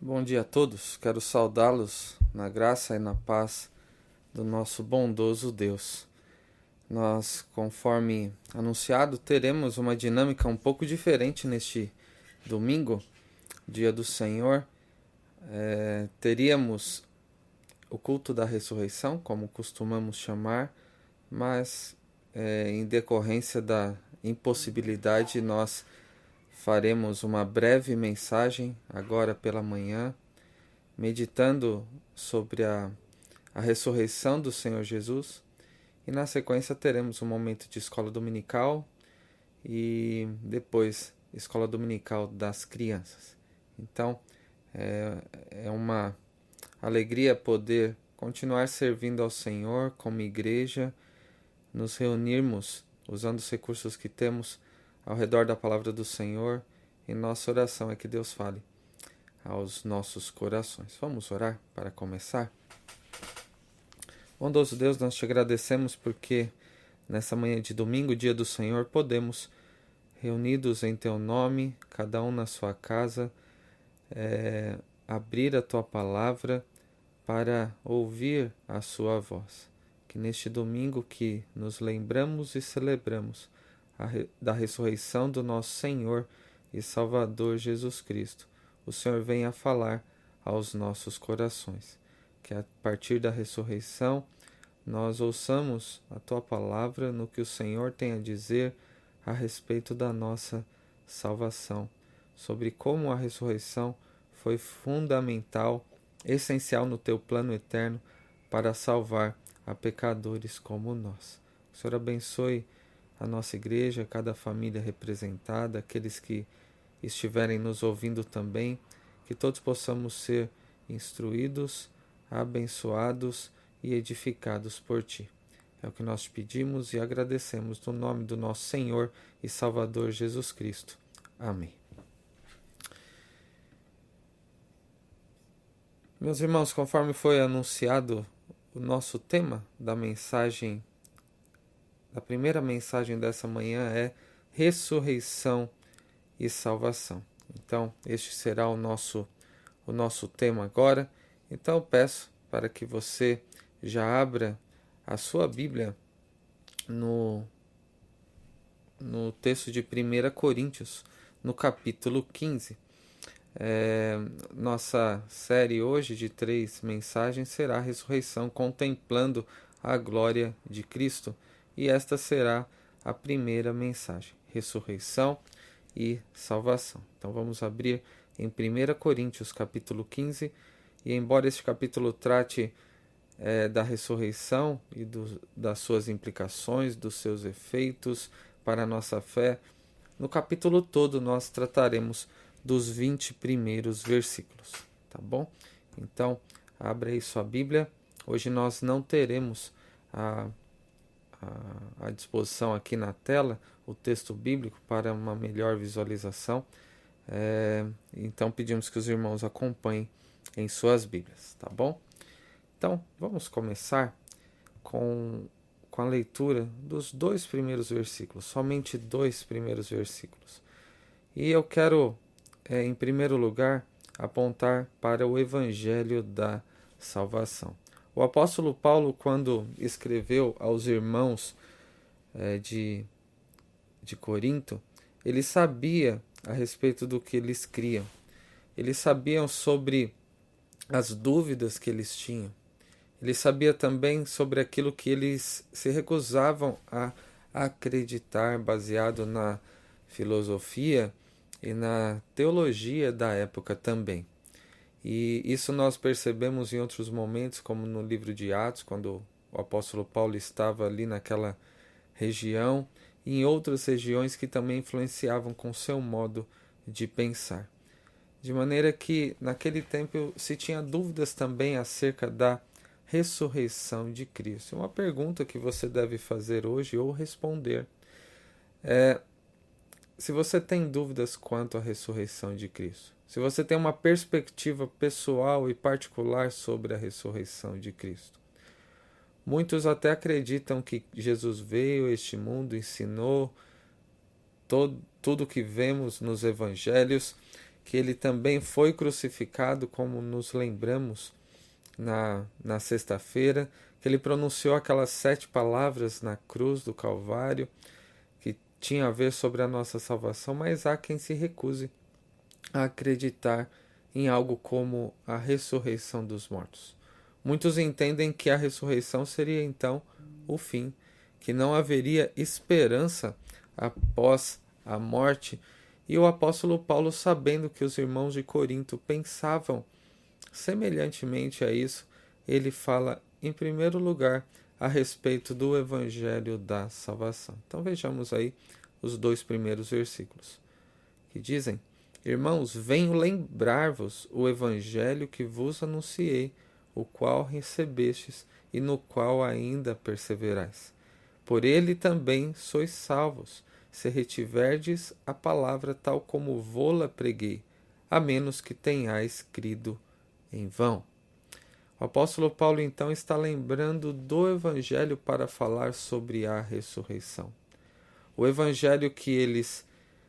Bom dia a todos, quero saudá-los na graça e na paz do nosso bondoso Deus. Nós, conforme anunciado, teremos uma dinâmica um pouco diferente neste domingo, dia do Senhor. Teríamos o culto da ressurreição, como costumamos chamar, mas em decorrência da impossibilidade nós faremos uma breve mensagem agora pela manhã, meditando sobre a ressurreição do Senhor Jesus, e na sequência teremos um momento de escola dominical e depois escola dominical das crianças. Então é uma alegria poder continuar servindo ao Senhor como igreja, nos reunirmos usando os recursos que temos ao redor da palavra do Senhor, e nossa oração é que Deus fale aos nossos corações. Vamos orar para começar? Bondoso Deus, nós te agradecemos porque nessa manhã de domingo, dia do Senhor, podemos, reunidos em teu nome, cada um na sua casa, abrir a tua palavra para ouvir a sua voz. Que neste domingo que nos lembramos e celebramos da ressurreição do nosso Senhor e Salvador Jesus Cristo, o Senhor venha falar aos nossos corações. Que a partir da ressurreição nós ouçamos a tua palavra no que o Senhor tem a dizer a respeito da nossa salvação, sobre como a ressurreição foi fundamental, essencial no teu plano eterno para salvar a pecadores como nós. O Senhor abençoe a nossa igreja, cada família representada, aqueles que estiverem nos ouvindo também, que todos possamos ser instruídos, abençoados e edificados por Ti. É o que nós te pedimos e agradecemos no nome do nosso Senhor e Salvador Jesus Cristo. Amém. Meus irmãos, conforme foi anunciado, o nosso tema da mensagem, da primeira mensagem dessa manhã é ressurreição e salvação. Então, este será o nosso tema agora. Então, eu peço para que você já abra a sua Bíblia no texto de 1 Coríntios, no capítulo 15. Nossa série hoje de 3 mensagens será a ressurreição, contemplando a glória de Cristo. E esta será a primeira mensagem, ressurreição e salvação. Então vamos abrir em 1 Coríntios capítulo 15, e embora este capítulo trate da ressurreição e das suas implicações, dos seus efeitos para a nossa fé, no capítulo todo nós trataremos dos 20 primeiros versículos, tá bom? Então, abra aí sua Bíblia. Hoje nós não teremos à disposição aqui na tela o texto bíblico para uma melhor visualização. Então pedimos que os irmãos acompanhem em suas Bíblias, tá bom? Então vamos começar com a leitura dos 2 primeiros versículos, somente 2 primeiros versículos. E eu quero, em primeiro lugar, apontar para o Evangelho da salvação. O apóstolo Paulo, quando escreveu aos irmãos de Corinto, ele sabia a respeito do que eles criam. Eles sabiam sobre as dúvidas que eles tinham. Ele sabia também sobre aquilo que eles se recusavam a acreditar, baseado na filosofia e na teologia da época também. E isso nós percebemos em outros momentos, como no livro de Atos, quando o apóstolo Paulo estava ali naquela região, e em outras regiões que também influenciavam com seu modo de pensar. De maneira que naquele tempo se tinha dúvidas também acerca da ressurreição de Cristo. Uma pergunta que você deve fazer hoje ou responder se você tem dúvidas quanto à ressurreição de Cristo, se você tem uma perspectiva pessoal e particular sobre a ressurreição de Cristo. Muitos até acreditam que Jesus veio a este mundo, ensinou tudo o que vemos nos evangelhos, que ele também foi crucificado, como nos lembramos na sexta-feira, que ele pronunciou aquelas 7 palavras na cruz do Calvário, que tinha a ver sobre a nossa salvação, mas há quem se recuse a acreditar em algo como a ressurreição dos mortos. Muitos entendem que a ressurreição seria então o fim, que não haveria esperança após a morte, e o apóstolo Paulo, sabendo que os irmãos de Corinto pensavam semelhantemente a isso, ele fala em primeiro lugar a respeito do evangelho da salvação. Então vejamos aí os 2 primeiros versículos, que dizem: Irmãos, venho lembrar-vos o evangelho que vos anunciei, o qual recebestes e no qual ainda perseverais. Por ele também sois salvos, se retiverdes a palavra tal como vô-la preguei, a menos que tenhais crido em vão. O apóstolo Paulo então está lembrando do evangelho para falar sobre a ressurreição. O evangelho que eles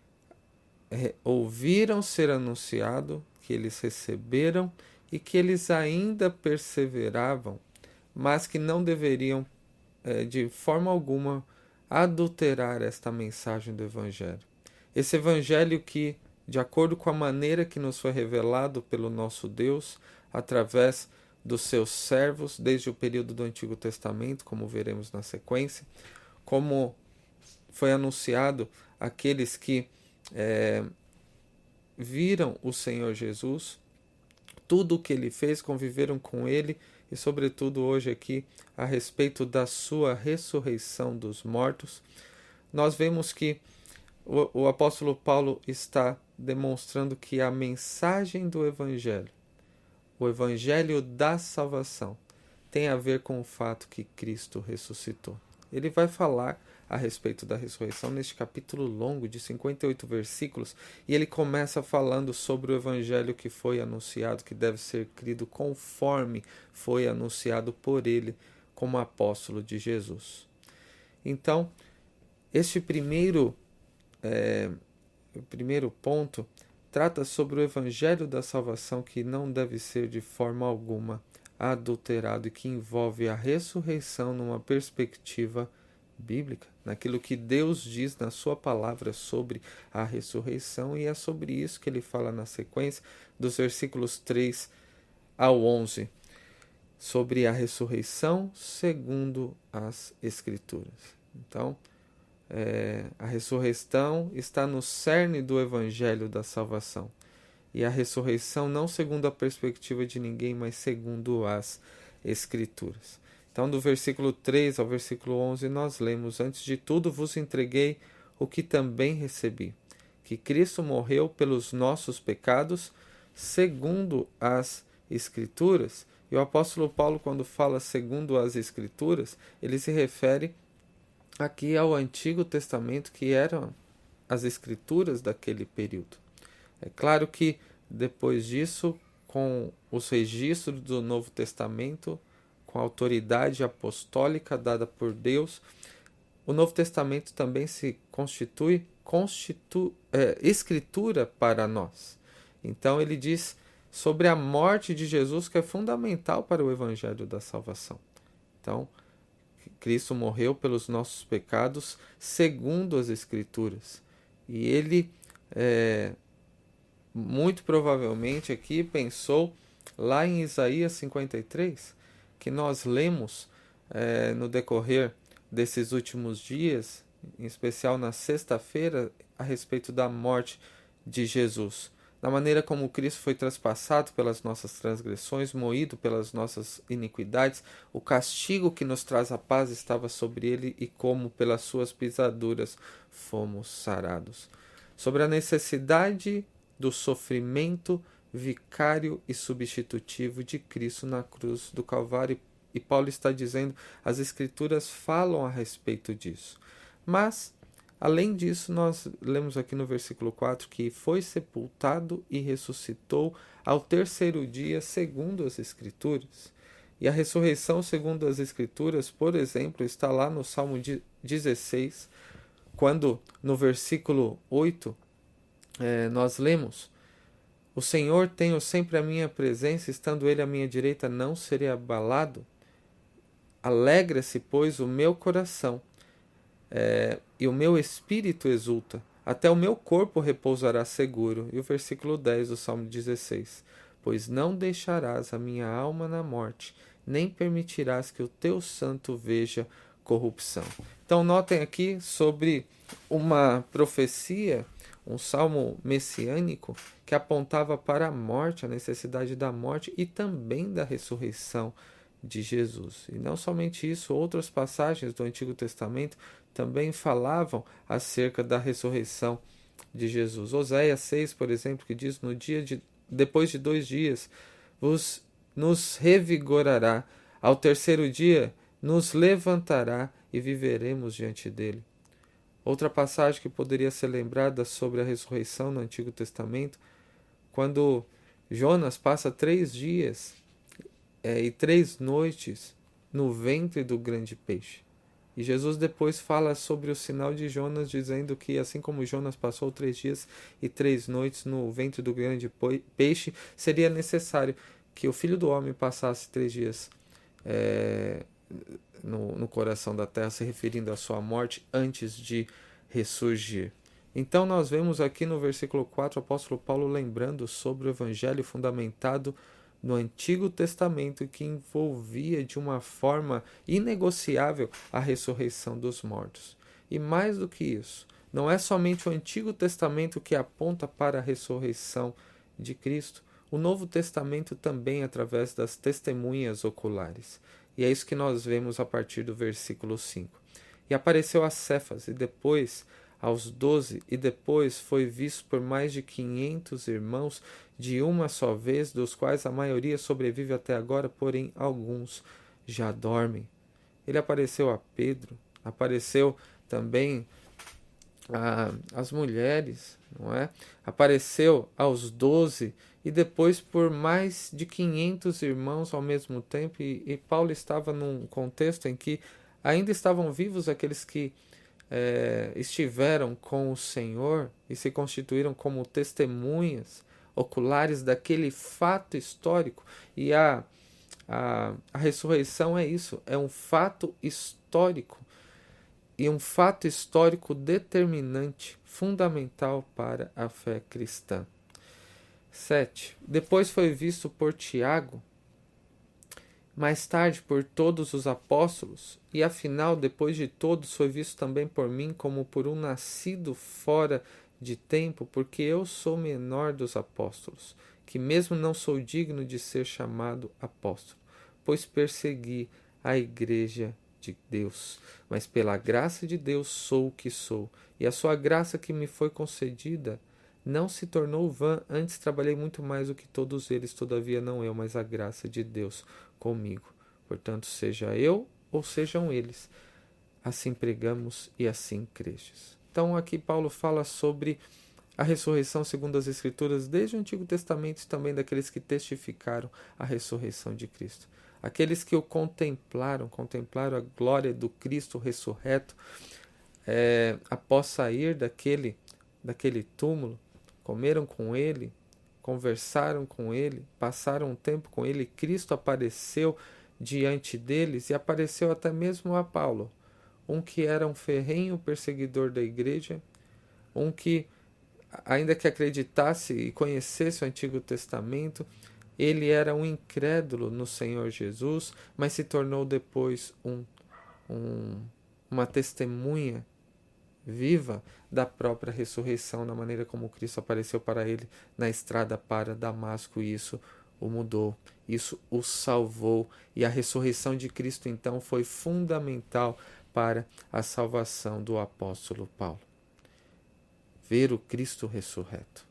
ouviram ser anunciado, que eles receberam e que eles ainda perseveravam, mas que não deveriam de forma alguma adulterar esta mensagem do evangelho. Esse evangelho que, de acordo com a maneira que nos foi revelado pelo nosso Deus, através dos seus servos, desde o período do Antigo Testamento, como veremos na sequência, como foi anunciado àqueles que viram o Senhor Jesus, tudo o que ele fez, conviveram com ele, e sobretudo hoje aqui a respeito da sua ressurreição dos mortos, nós vemos que o apóstolo Paulo está demonstrando que a mensagem do evangelho, o evangelho da salvação, tem a ver com o fato que Cristo ressuscitou. Ele vai falar a respeito da ressurreição neste capítulo longo de 58 versículos, e ele começa falando sobre o evangelho que foi anunciado, que deve ser crido conforme foi anunciado por ele como apóstolo de Jesus. Então, este primeiro ponto trata sobre o evangelho da salvação, que não deve ser de forma alguma adulterado e que envolve a ressurreição numa perspectiva bíblica, naquilo que Deus diz na sua palavra sobre a ressurreição, e é sobre isso que ele fala na sequência dos versículos 3 ao 11, sobre a ressurreição segundo as Escrituras. Então, a ressurreição está no cerne do evangelho da salvação, e a ressurreição não segundo a perspectiva de ninguém, mas segundo as Escrituras. Então, do versículo 3 ao versículo 11, nós lemos: Antes de tudo vos entreguei o que também recebi, que Cristo morreu pelos nossos pecados, segundo as Escrituras. E o apóstolo Paulo, quando fala segundo as Escrituras, ele se refere aqui ao Antigo Testamento, que eram as Escrituras daquele período. É claro que depois disso, com os registros do Novo Testamento, com a autoridade apostólica dada por Deus, o Novo Testamento também se constitui escritura para nós. Então ele diz sobre a morte de Jesus, que é fundamental para o evangelho da salvação. Então, Cristo morreu pelos nossos pecados segundo as Escrituras. E ele, muito provavelmente aqui, pensou lá em Isaías 53, que nós lemos no decorrer desses últimos dias, em especial na sexta-feira, a respeito da morte de Jesus. Da maneira como Cristo foi traspassado pelas nossas transgressões, moído pelas nossas iniquidades, o castigo que nos traz a paz estava sobre ele, e como pelas suas pisaduras fomos sarados. Sobre a necessidade do sofrimento vicário e substitutivo de Cristo na cruz do Calvário, e Paulo está dizendo, as Escrituras falam a respeito disso. Mas, além disso, nós lemos aqui no versículo 4 que foi sepultado e ressuscitou ao terceiro dia, segundo as Escrituras. E a ressurreição segundo as Escrituras, por exemplo, está lá no Salmo 16, quando no versículo 8 nós lemos: O Senhor tenho sempre a minha presença, estando Ele à minha direita, não serei abalado. Alegra-se, pois, o meu coração, e o meu espírito exulta. Até o meu corpo repousará seguro. E o versículo 10 do Salmo 16. Pois não deixarás a minha alma na morte, nem permitirás que o teu santo veja corrupção. Então notem aqui sobre uma profecia, um salmo messiânico que apontava para a morte, a necessidade da morte e também da ressurreição de Jesus. E não somente isso, outras passagens do Antigo Testamento também falavam acerca da ressurreição de Jesus. Oséias 6, por exemplo, que diz: depois de 2 dias nos revigorará, ao terceiro dia nos levantará e viveremos diante dele. Outra passagem que poderia ser lembrada sobre a ressurreição no Antigo Testamento, quando Jonas passa 3 dias e 3 noites no ventre do grande peixe. E Jesus depois fala sobre o sinal de Jonas, dizendo que assim como Jonas passou 3 dias e 3 noites no ventre do grande peixe, seria necessário que o Filho do Homem passasse 3 dias no coração da terra, se referindo à sua morte antes de ressurgir. Então nós vemos aqui no versículo 4 o apóstolo Paulo lembrando sobre o evangelho fundamentado no Antigo Testamento, que envolvia de uma forma inegociável a ressurreição dos mortos. E mais do que isso, não é somente o Antigo Testamento que aponta para a ressurreição de Cristo, o Novo Testamento também através das testemunhas oculares. E é isso que nós vemos a partir do versículo 5. E apareceu a Cefas, e depois aos 12, e depois foi visto por mais de 500 irmãos de uma só vez, dos quais a maioria sobrevive até agora, porém alguns já dormem. Ele apareceu a Pedro, apareceu também às mulheres, não é? Apareceu aos 12 e depois por mais de 500 irmãos ao mesmo tempo, e Paulo estava num contexto em que ainda estavam vivos aqueles que estiveram com o Senhor e se constituíram como testemunhas oculares daquele fato histórico. E a ressurreição é isso, é um fato histórico, e um fato histórico determinante, fundamental para a fé cristã. 7. Depois foi visto por Tiago, mais tarde por todos os apóstolos, e afinal, depois de todos, foi visto também por mim como por um nascido fora de tempo, porque eu sou menor dos apóstolos, que mesmo não sou digno de ser chamado apóstolo, pois persegui a igreja de Deus. Mas pela graça de Deus sou o que sou, e a sua graça que me foi concedida não se tornou vã, antes trabalhei muito mais do que todos eles, todavia não eu, mas a graça de Deus comigo. Portanto, seja eu ou sejam eles, assim pregamos e assim crestes. Então aqui Paulo fala sobre a ressurreição segundo as Escrituras, desde o Antigo Testamento e também daqueles que testificaram a ressurreição de Cristo. Aqueles que o contemplaram a glória do Cristo ressurreto, após sair daquele túmulo, comeram com ele, conversaram com ele, passaram um tempo com ele. Cristo apareceu diante deles e apareceu até mesmo a Paulo, um que era um ferrenho perseguidor da igreja, um que, ainda que acreditasse e conhecesse o Antigo Testamento, ele era um incrédulo no Senhor Jesus, mas se tornou depois uma testemunha viva da própria ressurreição, na maneira como Cristo apareceu para ele na estrada para Damasco, e isso o mudou, isso o salvou, e a ressurreição de Cristo então foi fundamental para a salvação do apóstolo Paulo. Ver o Cristo ressurreto.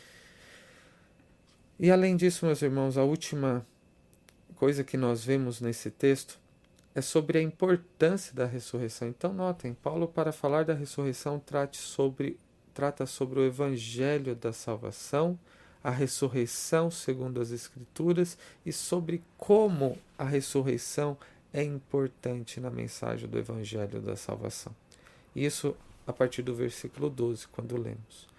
E além disso, meus irmãos, a última coisa que nós vemos nesse texto é sobre a importância da ressurreição. Então notem, Paulo, para falar da ressurreição, trata sobre o evangelho da salvação, a ressurreição segundo as Escrituras, e sobre como a ressurreição é importante na mensagem do evangelho da salvação. Isso a partir do versículo 12, quando lemos: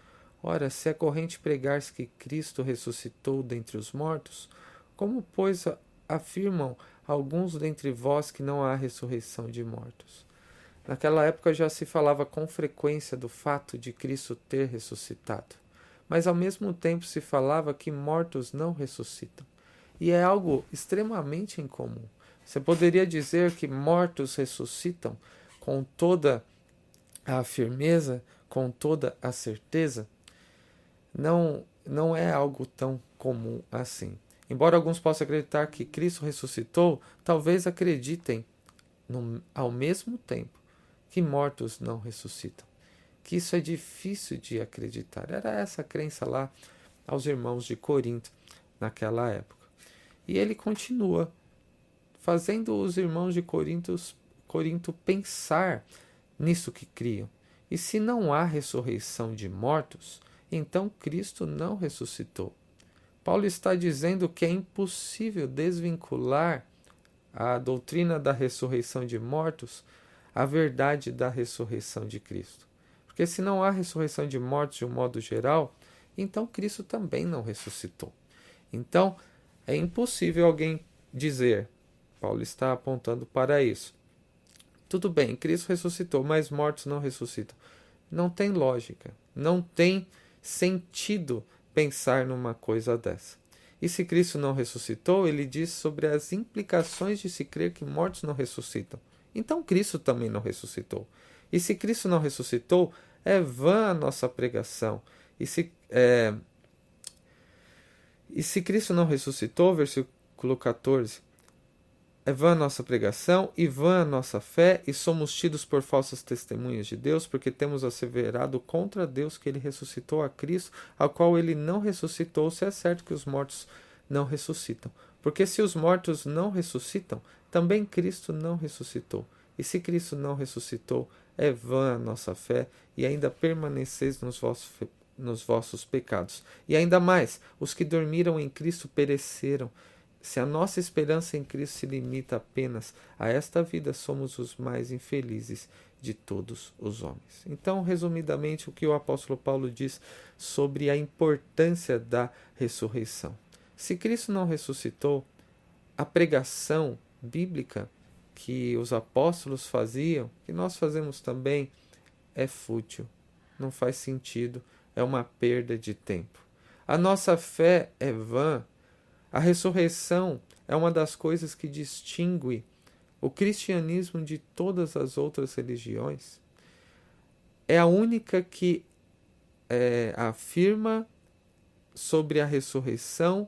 Ora, se é corrente pregar-se que Cristo ressuscitou dentre os mortos, como, pois, afirmam alguns dentre vós que não há ressurreição de mortos? Naquela época já se falava com frequência do fato de Cristo ter ressuscitado, mas ao mesmo tempo se falava que mortos não ressuscitam. E é algo extremamente incomum. Você poderia dizer que mortos ressuscitam com toda a firmeza, com toda a certeza? Não é algo tão comum assim. Embora alguns possam acreditar que Cristo ressuscitou, talvez acreditem ao mesmo tempo que mortos não ressuscitam. Que isso é difícil de acreditar. Era essa a crença lá aos irmãos de Corinto naquela época. E ele continua fazendo os irmãos de Corinto pensar nisso que criam. E se não há ressurreição de mortos, então Cristo não ressuscitou. Paulo está dizendo que é impossível desvincular a doutrina da ressurreição de mortos à verdade da ressurreição de Cristo. Porque se não há ressurreição de mortos de um modo geral, então Cristo também não ressuscitou. Então, é impossível alguém dizer, Paulo está apontando para isso. Tudo bem, Cristo ressuscitou, mas mortos não ressuscitam. Não tem lógica, não tem sentido pensar numa coisa dessa. E se Cristo não ressuscitou, ele diz sobre as implicações de se crer que mortos não ressuscitam. Então Cristo também não ressuscitou. E se Cristo não ressuscitou, é vã a nossa pregação. E se Cristo não ressuscitou, versículo 14, é vã a nossa pregação e vã a nossa fé, e somos tidos por falsas testemunhas de Deus, porque temos asseverado contra Deus que ele ressuscitou a Cristo, ao qual ele não ressuscitou, se é certo que os mortos não ressuscitam. Porque se os mortos não ressuscitam, também Cristo não ressuscitou. E se Cristo não ressuscitou, é vã a nossa fé, e ainda permaneceis nos vossos pecados. E ainda mais, os que dormiram em Cristo pereceram. Se a nossa esperança em Cristo se limita apenas a esta vida, somos os mais infelizes de todos os homens. Então, resumidamente, o que o apóstolo Paulo diz sobre a importância da ressurreição. Se Cristo não ressuscitou, a pregação bíblica que os apóstolos faziam, que nós fazemos também, é fútil, não faz sentido, é uma perda de tempo. A nossa fé é vã. A ressurreição é uma das coisas que distingue o cristianismo de todas as outras religiões. É a única que afirma sobre a ressurreição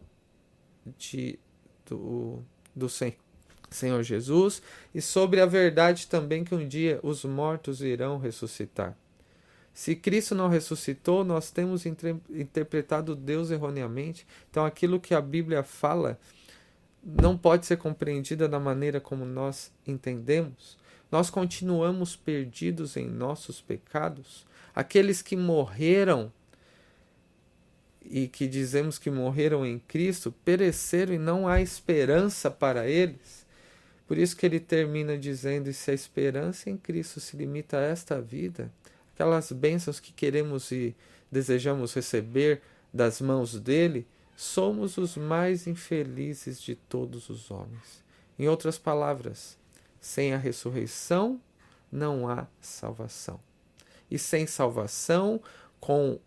do Senhor Jesus e sobre a verdade também que um dia os mortos irão ressuscitar. Se Cristo não ressuscitou, nós temos interpretado Deus erroneamente. Então, aquilo que a Bíblia fala não pode ser compreendida da maneira como nós entendemos. Nós continuamos perdidos em nossos pecados. Aqueles que morreram e que dizemos que morreram em Cristo, pereceram e não há esperança para eles. Por isso que ele termina dizendo, e se a esperança em Cristo se limita a esta vida, aquelas bênçãos que queremos e desejamos receber das mãos dele, somos os mais infelizes de todos os homens. Em outras palavras, sem a ressurreição não há salvação. E sem salvação, com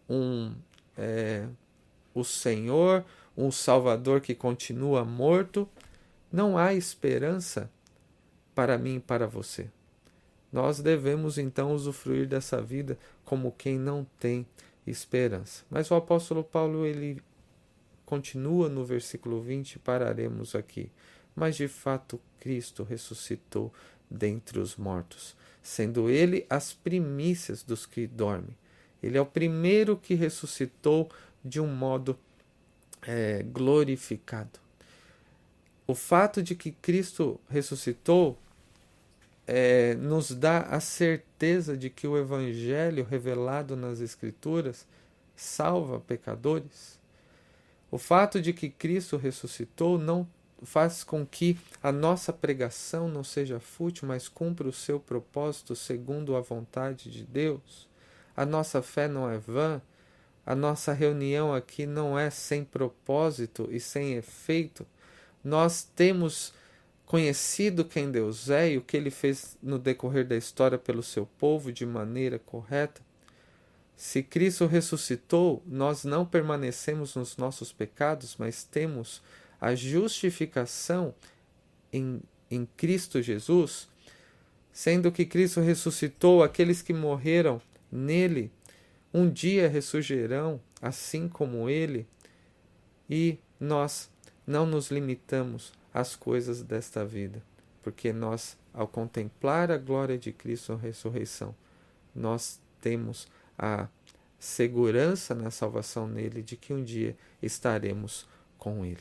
o Senhor, um Salvador que continua morto, não há esperança para mim e para você. Nós devemos então usufruir dessa vida como quem não tem esperança. Mas o apóstolo Paulo, ele continua no versículo 20, pararemos aqui. Mas de fato Cristo ressuscitou dentre os mortos, sendo ele as primícias dos que dormem. Ele é o primeiro que ressuscitou de um modo glorificado. O fato de que Cristo ressuscitou nos dá a certeza de que o Evangelho revelado nas Escrituras salva pecadores. O fato de que Cristo ressuscitou não faz com que a nossa pregação não seja fútil, mas cumpra o seu propósito segundo a vontade de Deus. A nossa fé não é vã. a nossa reunião aqui não é sem propósito e sem efeito. Nós temos conhecido quem Deus é e o que Ele fez no decorrer da história pelo seu povo de maneira correta. Se Cristo ressuscitou, nós não permanecemos nos nossos pecados, mas temos a justificação em Cristo Jesus, sendo que Cristo ressuscitou, aqueles que morreram nele um dia ressurgirão, assim como ele, e nós não nos limitamos às coisas desta vida, porque nós, ao contemplar a glória de Cristo na ressurreição, nós temos a segurança na salvação nele de que um dia estaremos com ele.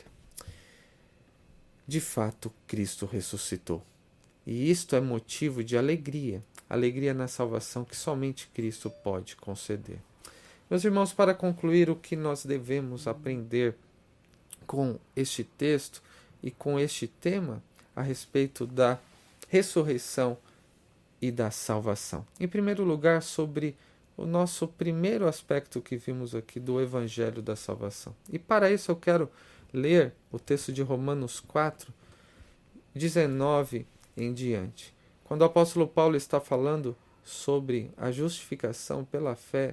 De fato, Cristo ressuscitou. E isto é motivo de alegria, alegria na salvação que somente Cristo pode conceder. Meus irmãos, para concluir, o que nós devemos aprender com este texto e com este tema a respeito da ressurreição e da salvação? Em primeiro lugar, sobre o nosso primeiro aspecto que vimos aqui do Evangelho da Salvação. E para isso eu quero ler o texto de Romanos 4, 19 em diante. Quando o apóstolo Paulo está falando sobre a justificação pela fé,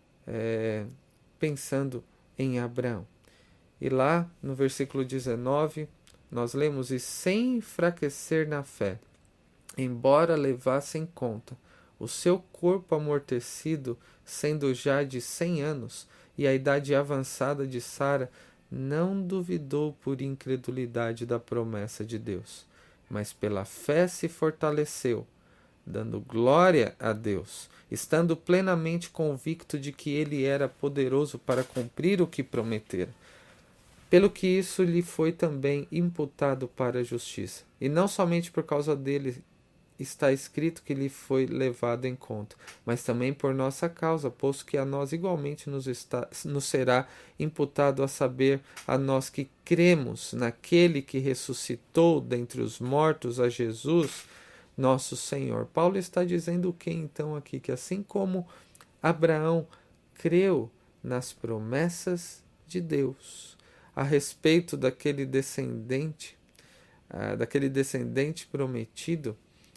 pensando em Abraão. E lá no versículo 19, nós lemos: e sem enfraquecer na fé, embora levasse em conta o seu corpo amortecido, sendo já de 100 anos, e a idade avançada de Sara, não duvidou por incredulidade da promessa de Deus, mas pela fé se fortaleceu, dando glória a Deus, estando plenamente convicto de que ele era poderoso para cumprir o que prometera. Pelo que isso lhe foi também imputado para a justiça. E não somente por causa dele está escrito que lhe foi levado em conta, mas também por nossa causa, posto que a nós igualmente nos será imputado, a saber, a nós que cremos naquele que ressuscitou dentre os mortos, a Jesus, nosso Senhor. Paulo está dizendo o que então aqui? Que assim como Abraão creu nas promessas de Deus a respeito daquele descendente prometido,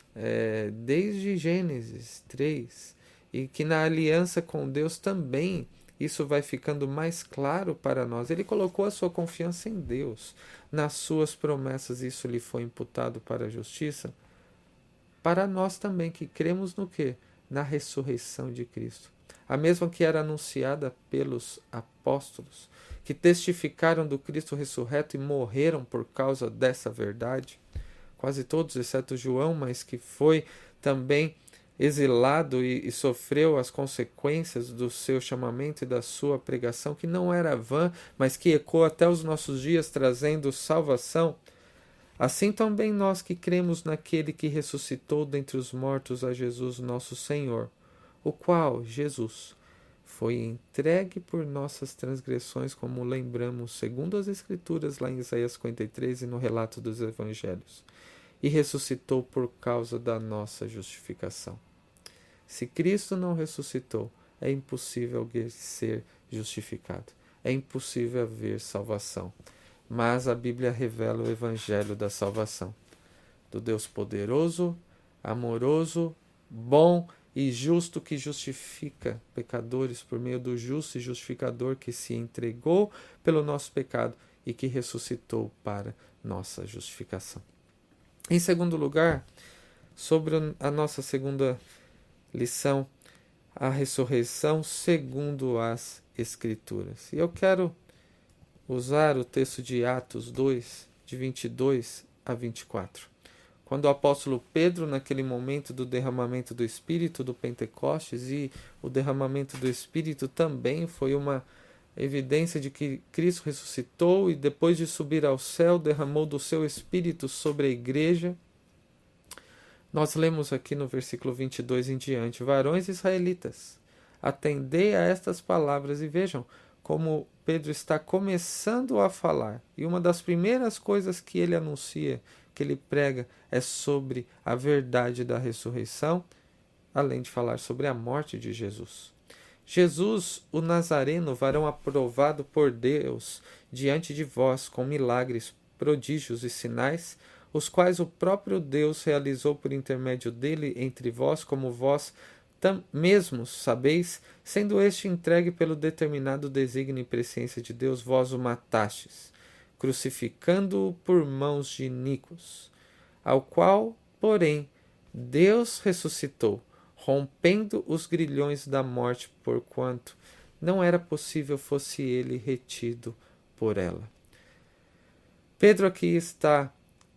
desde Gênesis 3, e que na aliança com Deus também isso vai ficando mais claro para nós. Ele colocou a sua confiança em Deus, nas suas promessas, isso lhe foi imputado para a justiça. Para nós também, que cremos no quê? Na ressurreição de Cristo. A mesma que era anunciada pelos apóstolos, que testificaram do Cristo ressurreto e morreram por causa dessa verdade. Quase todos, exceto João, mas que foi também exilado e sofreu as consequências do seu chamamento e da sua pregação, que não era vã, mas que ecoa até os nossos dias, trazendo salvação. Assim também nós que cremos naquele que ressuscitou dentre os mortos, a Jesus nosso Senhor, o qual, Jesus, foi entregue por nossas transgressões, como lembramos segundo as Escrituras lá em Isaías 53 e no relato dos Evangelhos, e ressuscitou por causa da nossa justificação. Se Cristo não ressuscitou, é impossível alguém ser justificado, é impossível haver salvação. Mas a Bíblia revela o Evangelho da salvação, do Deus poderoso, amoroso, bom e justo, que justifica pecadores por meio do justo e justificador que se entregou pelo nosso pecado e que ressuscitou para nossa justificação. Em segundo lugar, sobre a nossa segunda lição, a ressurreição segundo as Escrituras. E eu quero usar o texto de Atos 2, de 22 a 24. Quando o apóstolo Pedro, naquele momento do derramamento do Espírito, do Pentecostes, e o derramamento do Espírito também foi uma evidência de que Cristo ressuscitou e depois de subir ao céu derramou do seu Espírito sobre a igreja. Nós lemos aqui no versículo 22 em diante: varões israelitas, atendei a estas palavras. E vejam como Pedro está começando a falar. E uma das primeiras coisas que ele anuncia, que ele prega, é sobre a verdade da ressurreição, além de falar sobre a morte de Jesus. Jesus, o Nazareno, varão aprovado por Deus diante de vós, com milagres, prodígios e sinais, os quais o próprio Deus realizou por intermédio dele entre vós, como vós mesmos sabeis, sendo este entregue pelo determinado desígnio e presciência de Deus, vós o matastes, crucificando-o por mãos de iníquos, ao qual, porém, Deus ressuscitou, rompendo os grilhões da morte, porquanto não era possível fosse ele retido por ela. Pedro aqui está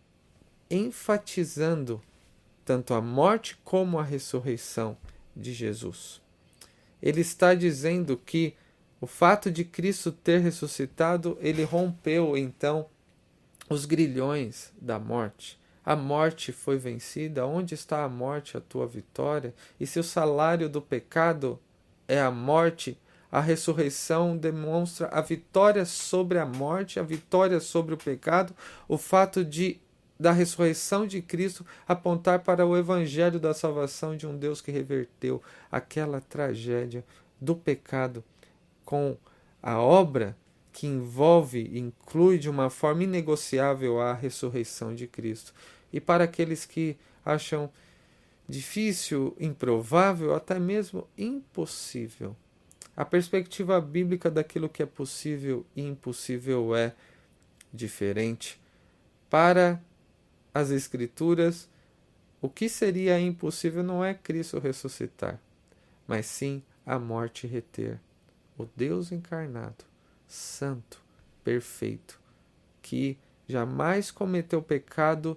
enfatizando tanto a morte como a ressurreição de Jesus. Ele está dizendo que o fato de Cristo ter ressuscitado, ele rompeu então os grilhões da morte. A morte foi vencida. Onde está a morte, a tua vitória? E se o salário do pecado é a morte, a ressurreição demonstra a vitória sobre a morte, a vitória sobre o pecado, o fato da ressurreição de Cristo apontar para o evangelho da salvação de um Deus que reverteu aquela tragédia do pecado com a obra que envolve e inclui de uma forma inegociável a ressurreição de Cristo. E para aqueles que acham difícil, improvável, até mesmo impossível, a perspectiva bíblica daquilo que é possível e impossível é diferente. Para as Escrituras, o que seria impossível não é Cristo ressuscitar, mas sim a morte reter. O Deus encarnado, santo, perfeito, que jamais cometeu pecado,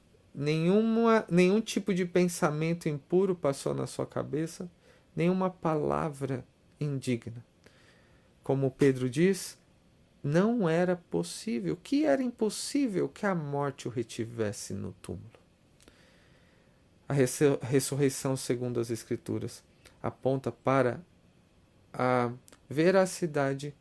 nenhum tipo de pensamento impuro passou na sua cabeça, nenhuma palavra indigna. Como Pedro diz, não era possível. Que era impossível que a morte o retivesse no túmulo. A ressurreição, segundo as Escrituras, aponta para a veracidade,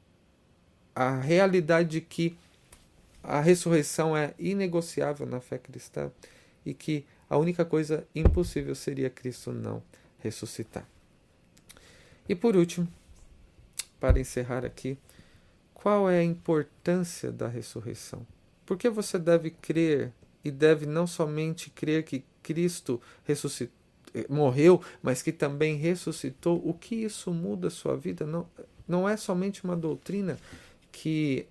a realidade de que a ressurreição é inegociável na fé cristã e que a única coisa impossível seria Cristo não ressuscitar. E por último, para encerrar aqui, qual é a importância da ressurreição? Por que você deve crer e deve não somente crer que Cristo morreu, mas que também ressuscitou? O que isso muda a sua vida? Não é somente uma doutrina que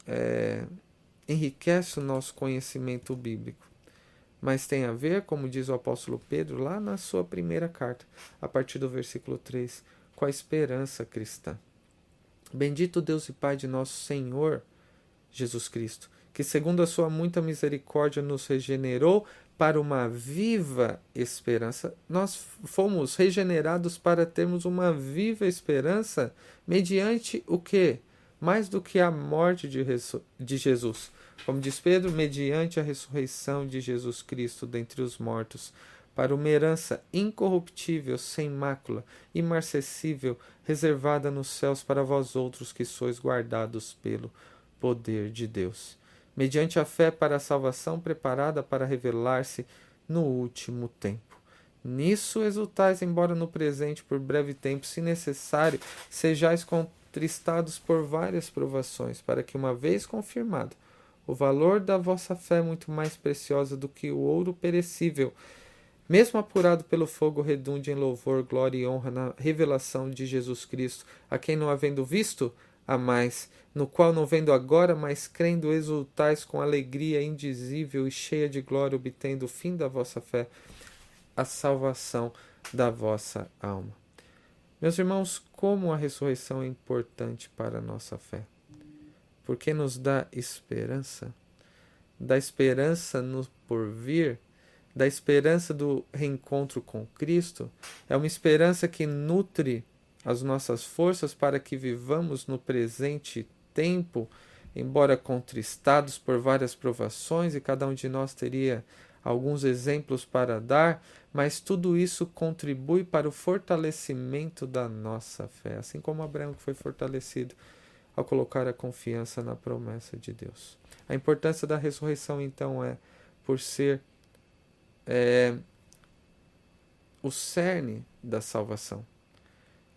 enriquece o nosso conhecimento bíblico, mas tem a ver, como diz o apóstolo Pedro lá na sua primeira carta, a partir do versículo 3, com a esperança cristã. Bendito Deus e Pai de nosso Senhor Jesus Cristo, que segundo a sua muita misericórdia nos regenerou para uma viva esperança. Nós fomos regenerados para termos uma viva esperança mediante o quê? Mais do que a morte de Jesus. Como diz Pedro, mediante a ressurreição de Jesus Cristo dentre os mortos, para uma herança incorruptível, sem mácula, imarcessível, reservada nos céus para vós outros que sois guardados pelo poder de Deus, mediante a fé para a salvação preparada para revelar-se no último tempo. Nisso exultais, embora no presente, por breve tempo, se necessário, sejais contristados por várias provações, para que, uma vez confirmado, o valor da vossa fé, muito mais preciosa do que o ouro perecível, mesmo apurado pelo fogo, redunde em louvor, glória e honra na revelação de Jesus Cristo, a quem, não havendo visto, amais, no qual, não vendo agora, mas crendo, exultais com alegria indizível e cheia de glória, obtendo o fim da vossa fé, a salvação da vossa alma. Meus irmãos, como a ressurreição é importante para a nossa fé, porque nos dá esperança no porvir, da esperança do reencontro com Cristo. É uma esperança que nutre as nossas forças para que vivamos no presente tempo, embora contristados por várias provações, e cada um de nós teria alguns exemplos para dar, mas tudo isso contribui para o fortalecimento da nossa fé, assim como Abraão foi fortalecido ao colocar a confiança na promessa de Deus. A importância da ressurreição, então, é por ser o cerne da salvação. Que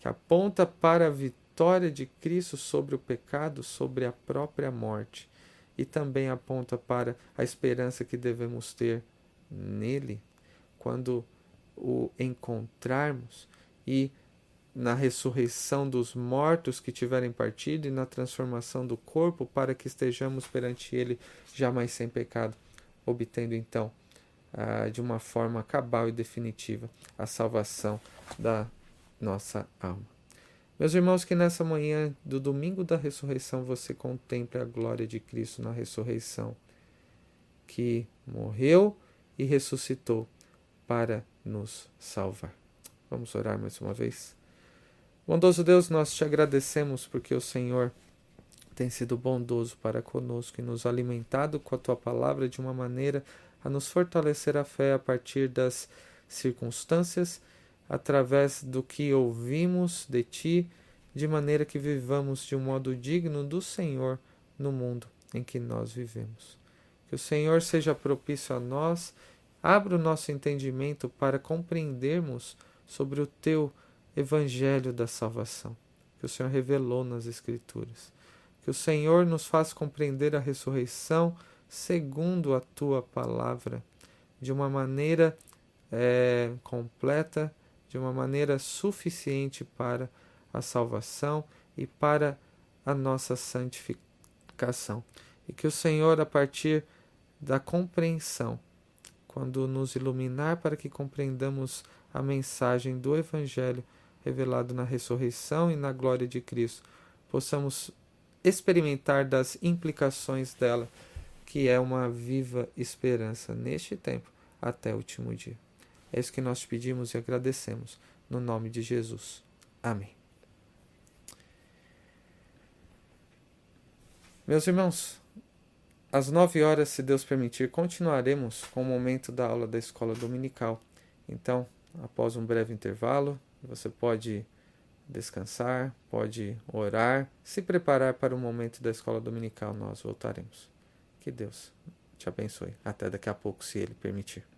que aponta para a vitória de Cristo sobre o pecado, sobre a própria morte, e também aponta para a esperança que devemos ter nele quando o encontrarmos, e na ressurreição dos mortos que tiverem partido e na transformação do corpo para que estejamos perante ele jamais sem pecado, obtendo então de uma forma cabal e definitiva a salvação da nossa alma. Meus irmãos, que nessa manhã do domingo da ressurreição você contemple a glória de Cristo na ressurreição, que morreu e ressuscitou para nos salvar. Vamos orar mais uma vez? Bondoso Deus, nós te agradecemos porque o Senhor tem sido bondoso para conosco e nos alimentado com a tua palavra de uma maneira a nos fortalecer a fé a partir das circunstâncias, através do que ouvimos de ti, de maneira que vivamos de um modo digno do Senhor no mundo em que nós vivemos. Que o Senhor seja propício a nós, abra o nosso entendimento para compreendermos sobre o teu Evangelho da salvação, que o Senhor revelou nas Escrituras. Que o Senhor nos faça compreender a ressurreição segundo a tua palavra, de uma maneira completa, de uma maneira suficiente para a salvação e para a nossa santificação. E que o Senhor, a partir da compreensão, quando nos iluminar para que compreendamos a mensagem do Evangelho revelado na ressurreição e na glória de Cristo, possamos experimentar das implicações dela, que é uma viva esperança neste tempo até o último dia. É isso que nós te pedimos e agradecemos, no nome de Jesus. Amém. Meus irmãos, às 9 horas, se Deus permitir, continuaremos com o momento da aula da escola dominical. Então, após um breve intervalo, você pode descansar, pode orar, se preparar para o momento da escola dominical. Nós voltaremos. Que Deus te abençoe. Até daqui a pouco, se Ele permitir.